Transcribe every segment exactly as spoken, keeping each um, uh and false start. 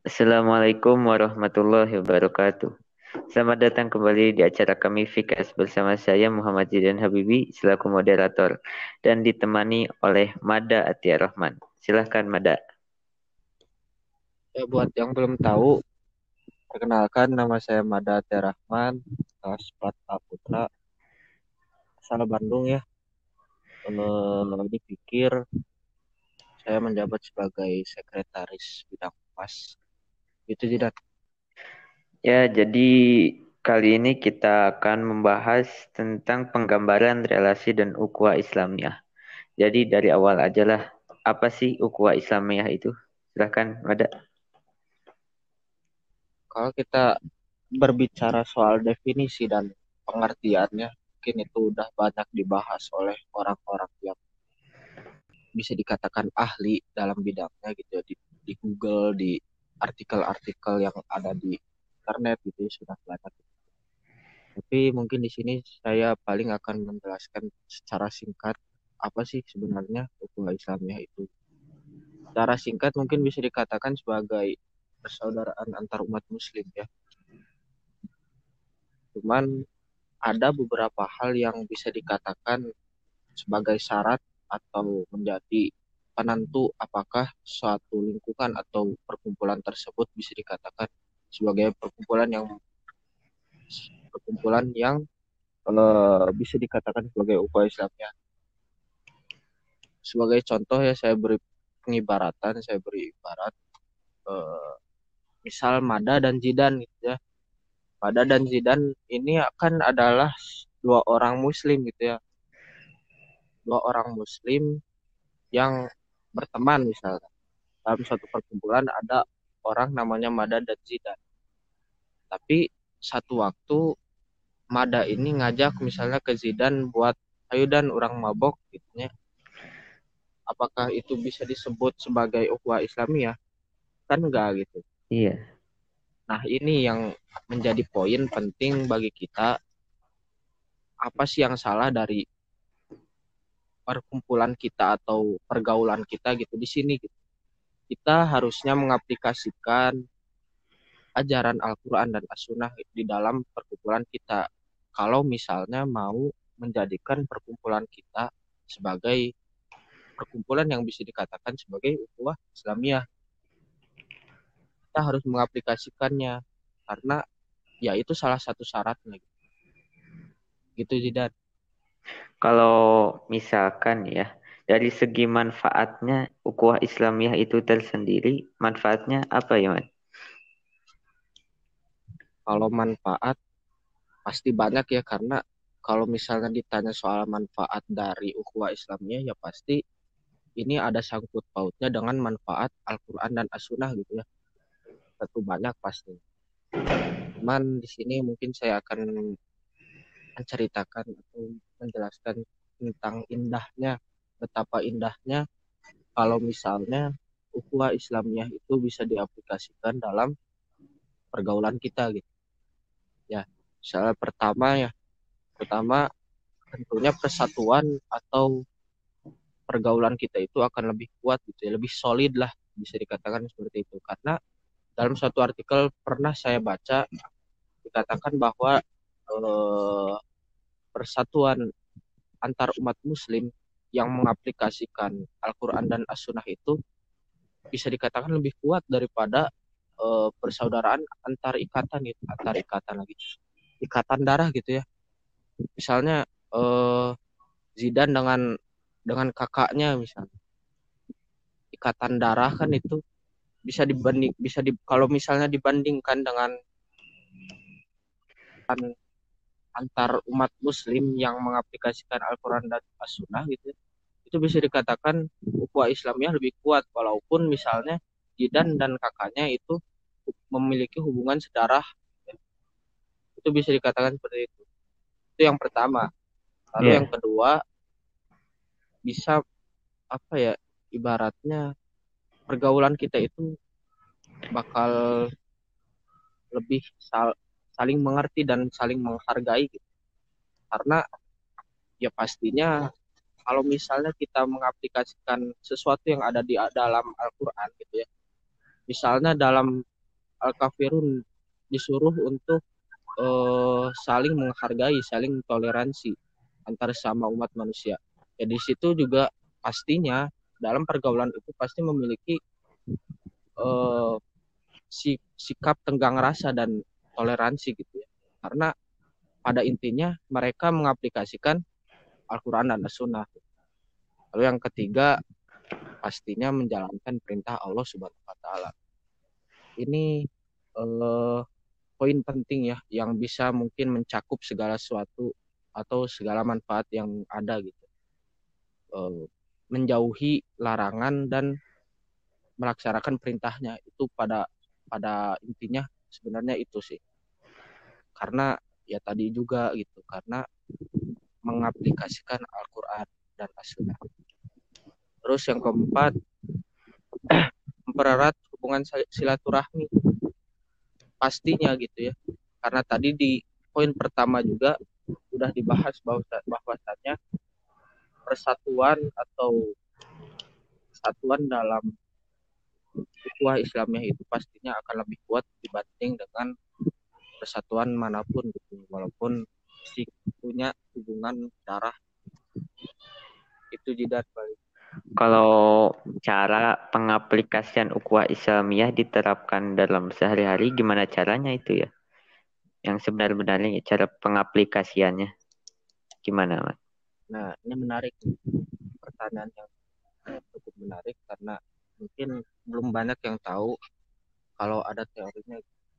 Assalamualaikum warahmatullahi wabarakatuh. Selamat datang kembali di acara kami Fikas bersama saya Muhammad Zidan Habibi selaku moderator dan ditemani oleh Mada Atia Rahman. Silahkan Mada. Ya, buat yang belum tahu, perkenalkan nama saya Mada Rahman, kelas empat A Putra, asal Bandung ya. Eh, dipikir saya menjabat sebagai sekretaris bidang pas. Itu tidak. Ya, jadi kali ini kita akan membahas tentang penggambaran relasi dan ukhuwah Islamiyah. Jadi dari awal aja lah, apa sih ukhuwah Islamiyah itu? Silahkan Mada. Kalau kita berbicara soal definisi dan pengertiannya, mungkin itu udah banyak dibahas oleh orang-orang yang bisa dikatakan ahli dalam bidangnya gitu ya, di, di Google, di artikel-artikel yang ada di internet gitu ya, sudah banyak. Tapi mungkin di sini saya paling akan menjelaskan secara singkat apa sih sebenarnya ukhuwah Islamiyah itu. Secara singkat mungkin bisa dikatakan sebagai persaudaraan antar umat Muslim ya. Cuman ada beberapa hal yang bisa dikatakan sebagai syarat atau menjadi penentu apakah suatu lingkungan atau perkumpulan tersebut bisa dikatakan sebagai perkumpulan yang perkumpulan yang eh, bisa dikatakan sebagai ukhuwah Islamiyah. Sebagai contoh ya saya beri pengibaratan, saya beri ibarat eh, misal Mada dan Zidan gitu ya. Mada dan Zidan ini akan adalah dua orang Muslim gitu ya, dua orang Muslim yang berteman misalnya. Dalam suatu perkumpulan ada orang namanya Mada dan Zidan. Tapi satu waktu Mada ini ngajak misalnya ke Zidan buat ayo dan orang mabok gitu ya. Apakah itu bisa disebut sebagai ukhuwah Islamiyah? Kan enggak gitu. Iya. Nah, ini yang menjadi poin penting bagi kita. Apa sih yang salah dari perkumpulan kita atau pergaulan kita gitu di sini gitu. Kita harusnya mengaplikasikan ajaran Al-Quran dan As-Sunnah di dalam perkumpulan kita. Kalau misalnya mau menjadikan perkumpulan kita sebagai perkumpulan yang bisa dikatakan sebagai ukhuwah Islamiyah, kita harus mengaplikasikannya karena ya itu salah satu syaratnya gitu Jidan. Kalau misalkan ya, dari segi manfaatnya, ukhuwah Islamiyah itu tersendiri, manfaatnya apa ya, Mas? Kalau manfaat pasti banyak ya karena kalau misalnya ditanya soal manfaat dari ukhuwah Islamiyah ya pasti ini ada sangkut pautnya dengan manfaat Al-Quran dan As-Sunnah gitu ya. Tentu banyak pasti. Cuman di sini mungkin saya akan menceritakan atau menjelaskan tentang indahnya, betapa indahnya kalau misalnya ukhuwah Islamiyah itu bisa diaplikasikan dalam pergaulan kita gitu. Ya, misalnya pertama ya, pertama tentunya persatuan atau pergaulan kita itu akan lebih kuat gitu ya, lebih solid lah bisa dikatakan seperti itu. Karena dalam satu artikel pernah saya baca dikatakan bahwa eh, persatuan antar umat Muslim yang mengaplikasikan Al-Quran dan As-Sunnah itu bisa dikatakan lebih kuat daripada eh, persaudaraan antar ikatan gitu, antar ikatan lagi, ikatan darah gitu ya. Misalnya eh, Zidan dengan dengan kakaknya misalnya ikatan darah kan itu bisa dibanding bisa di kalau misalnya dibandingkan dengan antar umat Muslim yang mengaplikasikan Al-Quran dan As-Sunnah gitu ya, itu bisa dikatakan ukhuwah Islamiyah lebih kuat walaupun misalnya Jidan dan kakaknya itu memiliki hubungan sedarah ya. Itu bisa dikatakan seperti itu. Itu yang pertama. Lalu yang Ya, kedua bisa apa ya ibaratnya pergaulan kita itu bakal lebih sal- saling mengerti dan saling menghargai gitu. Karena ya pastinya kalau misalnya kita mengaplikasikan sesuatu yang ada di dalam Al-Quran gitu ya. Misalnya dalam al-kafirun, disuruh untuk eh, saling menghargai, saling toleransi antar sama umat manusia. Ya di situ juga pastinya dalam pergaulan itu pasti memiliki eh, si- sikap tenggang rasa dan toleransi gitu ya. Karena pada intinya mereka mengaplikasikan Al-Quran dan As-Sunnah. Lalu yang ketiga pastinya menjalankan perintah Allah Subhanahu wa taala. Ini eh, poin penting ya yang bisa mungkin mencakup segala sesuatu atau segala manfaat yang ada gitu. Eh, menjauhi larangan dan melaksanakan perintahnya itu pada pada intinya sebenarnya itu sih. Karena ya tadi juga gitu, karena mengaplikasikan Al-Quran dan As-Sunnah. Terus yang keempat, mempererat hubungan silaturahmi pastinya gitu ya. Karena tadi di poin pertama juga sudah dibahas bahwa bahwasannya persatuan atau persatuan dalam ukhuwah Islamiyah itu pastinya akan lebih kuat dibanding dengan persatuan manapun gitu. Walaupun si punya hubungan darah itu jidat balik. Kalau cara pengaplikasian ukhuwah Islamiyah diterapkan dalam sehari-hari, gimana caranya itu ya? Yang sebenar-benarnya cara pengaplikasiannya gimana, Mas? Nah, ini menarik pertanyaan yang cukup menarik karena mungkin belum banyak yang tahu kalau ada teorinya.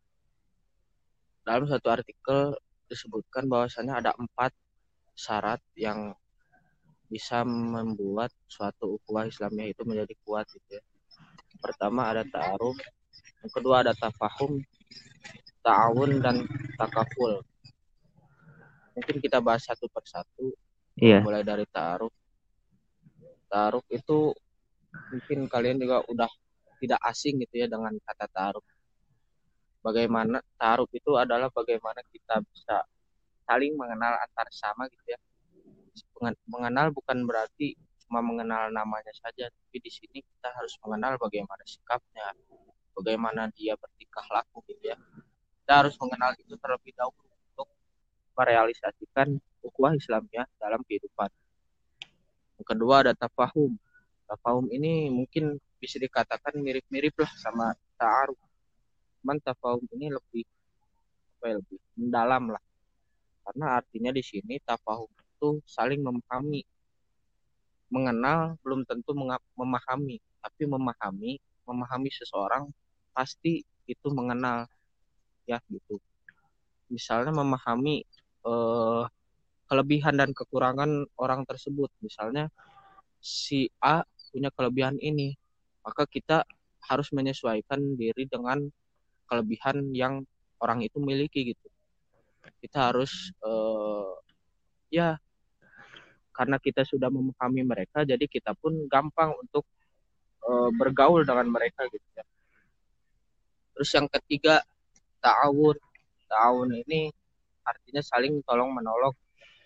Dalam satu artikel disebutkan bahwasannya ada empat syarat yang bisa membuat suatu ukhuwah Islamiyah itu menjadi kuat gitu ya. Pertama ada ta'aruf, yang kedua ada tafahum, ta'awun dan takaful. Mungkin kita bahas satu persatu, Iya. mulai dari ta'aruf. Ta'aruf itu mungkin kalian juga udah tidak asing gitu ya dengan kata ta'aruf. Bagaimana ta'aruf itu adalah bagaimana kita bisa saling mengenal antar sama gitu ya. Mengenal bukan berarti cuma mengenal namanya saja, tapi di sini kita harus mengenal bagaimana sikapnya, bagaimana dia bertingkah laku gitu ya. Kita harus mengenal itu terlebih dahulu untuk merealisasikan ukhuwah Islamiyah dalam kehidupan. Yang kedua ada tafahum. Tafahum ini mungkin bisa dikatakan mirip-mirip lah sama ta'aruf. Cuman tafahum ini lebih apa ya, lebih mendalam lah. Karena artinya di sini tafahum itu saling memahami. Mengenal belum tentu memahami, tapi memahami, memahami seseorang pasti itu mengenal ya gitu. Misalnya memahami eh, kelebihan dan kekurangan orang tersebut. Misalnya si A punya kelebihan ini, maka kita harus menyesuaikan diri dengan kelebihan yang orang itu miliki gitu. Kita harus eh, ya karena kita sudah memahami mereka, jadi kita pun gampang untuk eh, bergaul dengan mereka gitu ya. Terus yang ketiga ta'awun. Ta'awun ini artinya saling tolong menolong.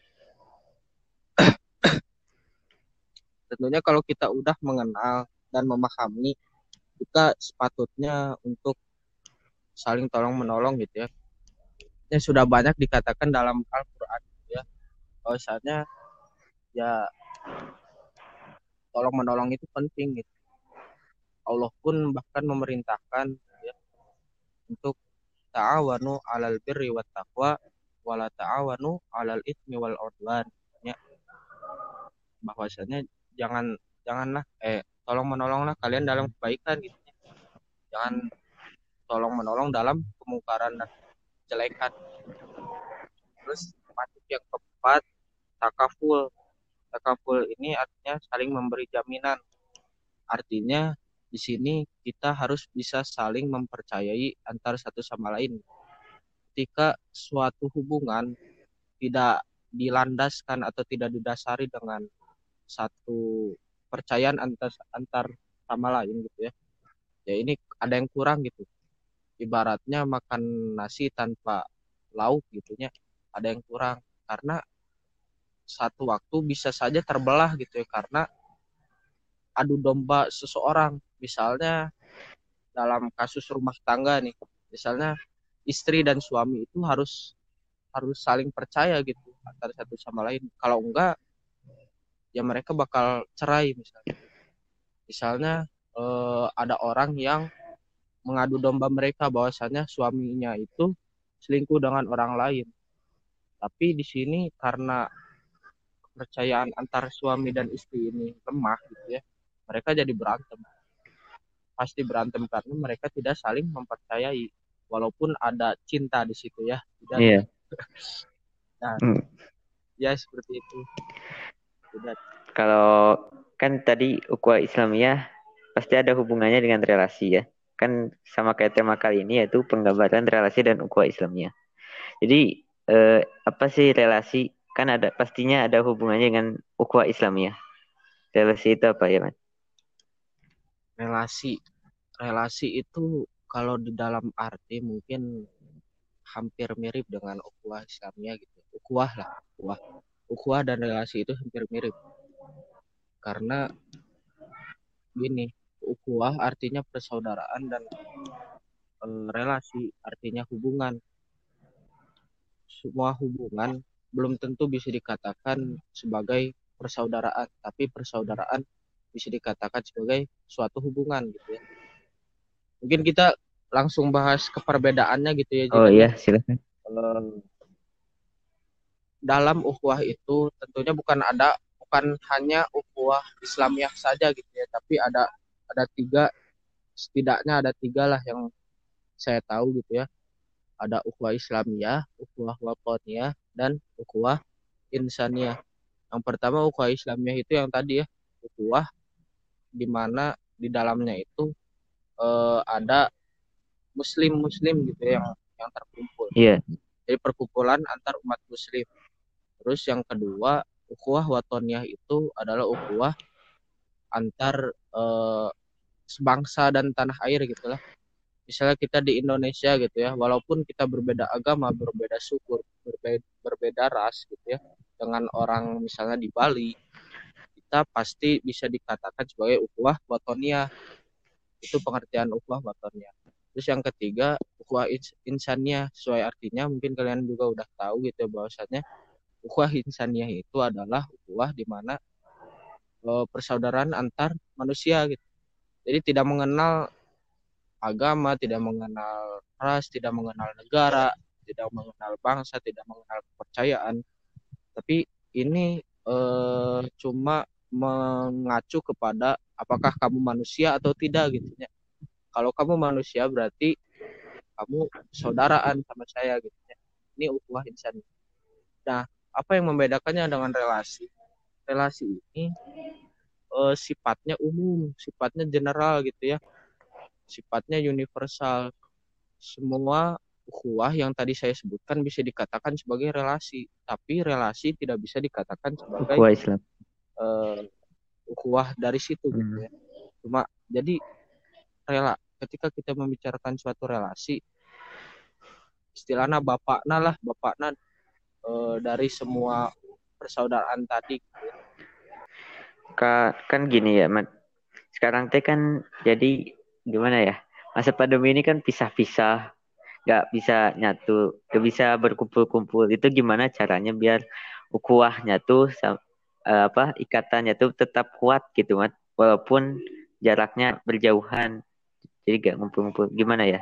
Tentunya kalau kita udah mengenal dan memahami, kita sepatutnya untuk saling tolong menolong gitu ya. Yang sudah banyak dikatakan dalam Al-Quran gitu ya. Bahwasanya ya tolong menolong itu penting gitu. Allah pun bahkan memerintahkan gitu ya, untuk ta'awanu 'alal birri wat taqwa wala ta'awanu 'alal itsmi wal 'udwan. Ya, bahwasanya jangan janganlah eh tolong menolonglah kalian dalam kebaikan gitu. Jangan tolong menolong dalam kemungkaran dan kejelekan. Terus masuk yang keempat, takaful. Takaful ini artinya saling memberi jaminan. Artinya di sini kita harus bisa saling mempercayai antar satu sama lain. Ketika suatu hubungan tidak dilandaskan atau tidak didasari dengan satu percayaan antar antar sama lain gitu ya. Ya ini ada yang kurang gitu. Ibaratnya makan nasi tanpa lauk gitunya, ada yang kurang karena satu waktu bisa saja terbelah gitu ya karena adu domba seseorang, misalnya dalam kasus rumah tangga nih, Misalnya istri dan suami itu harus harus saling percaya gitu antara satu sama lain. Kalau enggak, ya mereka bakal cerai misalnya. Misalnya eh, ada orang yang mengadu domba mereka bahwasannya suaminya itu selingkuh dengan orang lain. Tapi di sini karena kepercayaan antar suami dan istri ini lemah gitu ya, mereka jadi berantem. Pasti berantem karena mereka tidak saling mempercayai. Walaupun ada cinta di situ ya, tidak. Iya. Nah, Hmm. ya seperti itu. Tidak. Kalau kan tadi ukhuwah Islamiyah pasti ada hubungannya dengan relasi ya. Kan sama kayak tema kali ini yaitu penggambaran relasi dan ukhuwah Islamiyah. Jadi eh, apa sih relasi? Kan ada pastinya ada hubungannya dengan ukhuwah Islamiyah. Relasi itu apa ya, Mas? Relasi, relasi itu kalau di dalam arti mungkin hampir mirip dengan ukhuwah Islamnya gitu. Ukhuwah lah, ukhuwah. Ukhuwah dan relasi itu hampir mirip karena gini, ukhuwah artinya persaudaraan dan eh, relasi artinya hubungan. Semua hubungan belum tentu bisa dikatakan sebagai persaudaraan, tapi persaudaraan bisa dikatakan sebagai suatu hubungan gitu ya. Mungkin kita langsung bahas ke perbedaannya gitu ya, Oh Jilan ya. iya, silakan. Eh, Dalam ukhuwah itu tentunya bukan ada bukan hanya ukhuwah Islamiyah saja gitu ya, tapi ada ada tiga, setidaknya ada tiga lah yang saya tahu gitu ya. Ada ukhuwah Islamiyah, ukhuwah Watoniyah, dan ukhuwah Insaniyah. Yang pertama ukhuwah Islamiyah itu yang tadi ya, ukhuwah di mana di dalamnya itu eh, ada muslim-muslim gitu ya, yang yang terkumpul. Iya, Jadi perkumpulan antar umat muslim. Terus yang kedua, ukhuwah watoniyah itu adalah ukhuwah antar eh, sebangsa dan tanah air gitu lah. Misalnya kita di Indonesia gitu ya, walaupun kita berbeda agama, berbeda suku, berbeda, berbeda ras gitu ya, dengan orang misalnya di Bali, kita pasti bisa dikatakan sebagai ukhuwah watoniyah. Itu pengertian ukhuwah watoniyah. Terus yang ketiga, ukhuwah insaniyah, sesuai artinya mungkin kalian juga udah tahu gitu ya, bahwasanya ukhuwah insaniyah itu adalah ukhuwah di mana eh, persaudaraan antar manusia gitu. Jadi tidak mengenal agama, tidak mengenal ras, tidak mengenal negara, tidak mengenal bangsa, tidak mengenal kepercayaan. Tapi ini eh, cuma mengacu kepada apakah kamu manusia atau tidak gitu ya. Kalau kamu manusia berarti kamu saudaraan sama saya gitu ya. Ini ukhuwah insan. Nah, apa yang membedakannya dengan relasi? Relasi ini eh, sifatnya umum, sifatnya general gitu ya, sifatnya universal. Semua ukhuwah yang tadi saya sebutkan bisa dikatakan sebagai relasi, tapi relasi tidak bisa dikatakan sebagai ukhuwah Islam. eh, ukhuwah dari situ gitu Hmm. ya. Cuma jadi rela ketika kita membicarakan suatu relasi, istilahnya bapakna lah, bapakna eh, dari semua persaudaraan tadi gitu ya. Ka- Kan gini ya, Mat. Sekarang teh kan jadi gimana ya? Masa pandemi ini kan pisah-pisah, nggak bisa nyatu, nggak bisa berkumpul-kumpul. Itu gimana caranya biar ukhuwahnya tuh sam- eh, apa ikatannya tuh tetap kuat gitu, Mat. Walaupun jaraknya berjauhan, jadi nggak ngumpul-ngumpul. Gimana ya?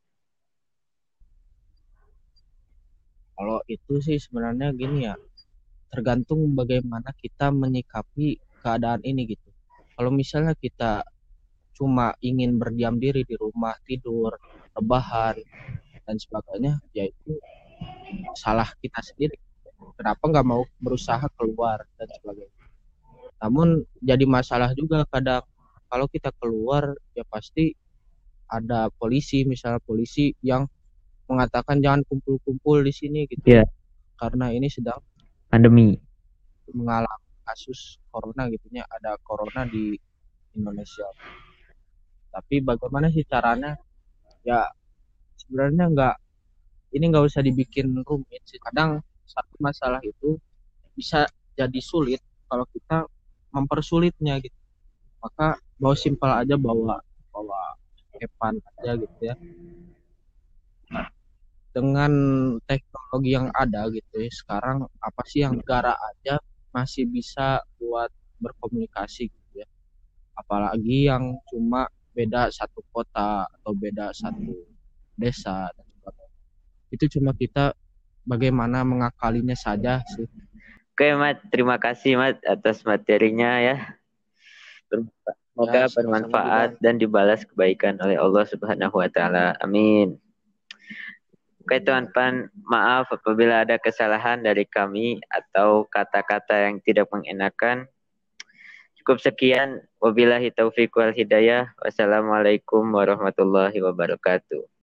Kalau itu sih sebenarnya gini ya, tergantung bagaimana kita menyikapi keadaan ini gitu. Kalau misalnya kita cuma ingin berdiam diri di rumah, tidur, rebahan, dan sebagainya, ya itu salah kita sendiri. Kenapa nggak mau berusaha keluar dan sebagainya. Namun jadi masalah juga kadang kalau kita keluar ya pasti ada polisi, misalnya polisi yang mengatakan jangan kumpul-kumpul di sini gitu ya, Ya, karena ini sedang pandemi. mengalami kasus corona gitu ya, ada corona di Indonesia. Tapi bagaimana sih caranya? Ya sebenarnya nggak, ini nggak usah dibikin rumit sih. Kadang satu masalah itu bisa jadi sulit kalau kita mempersulitnya gitu. Maka bawa simpel aja, bawa bawa Evan aja gitu ya. dengan teknologi yang ada gitu ya, sekarang apa sih yang negara aja masih bisa buat berkomunikasi gitu ya. Apalagi yang cuma beda satu kota atau beda satu desa dan sebagainya. Itu cuma kita bagaimana mengakalinya saja sih. Oke, Mat. Terima kasih, Mat, atas materinya ya. Ya, Semoga sama-sama bermanfaat Dilan. dan dibalas kebaikan oleh Allah Subhanahu wa taala. Amin. Oke, teman-teman, maaf apabila ada kesalahan dari kami atau kata-kata yang tidak mengenakan. Cukup sekian. Wabillahi taufiq wal hidayah. Wassalamualaikum warahmatullahi wabarakatuh.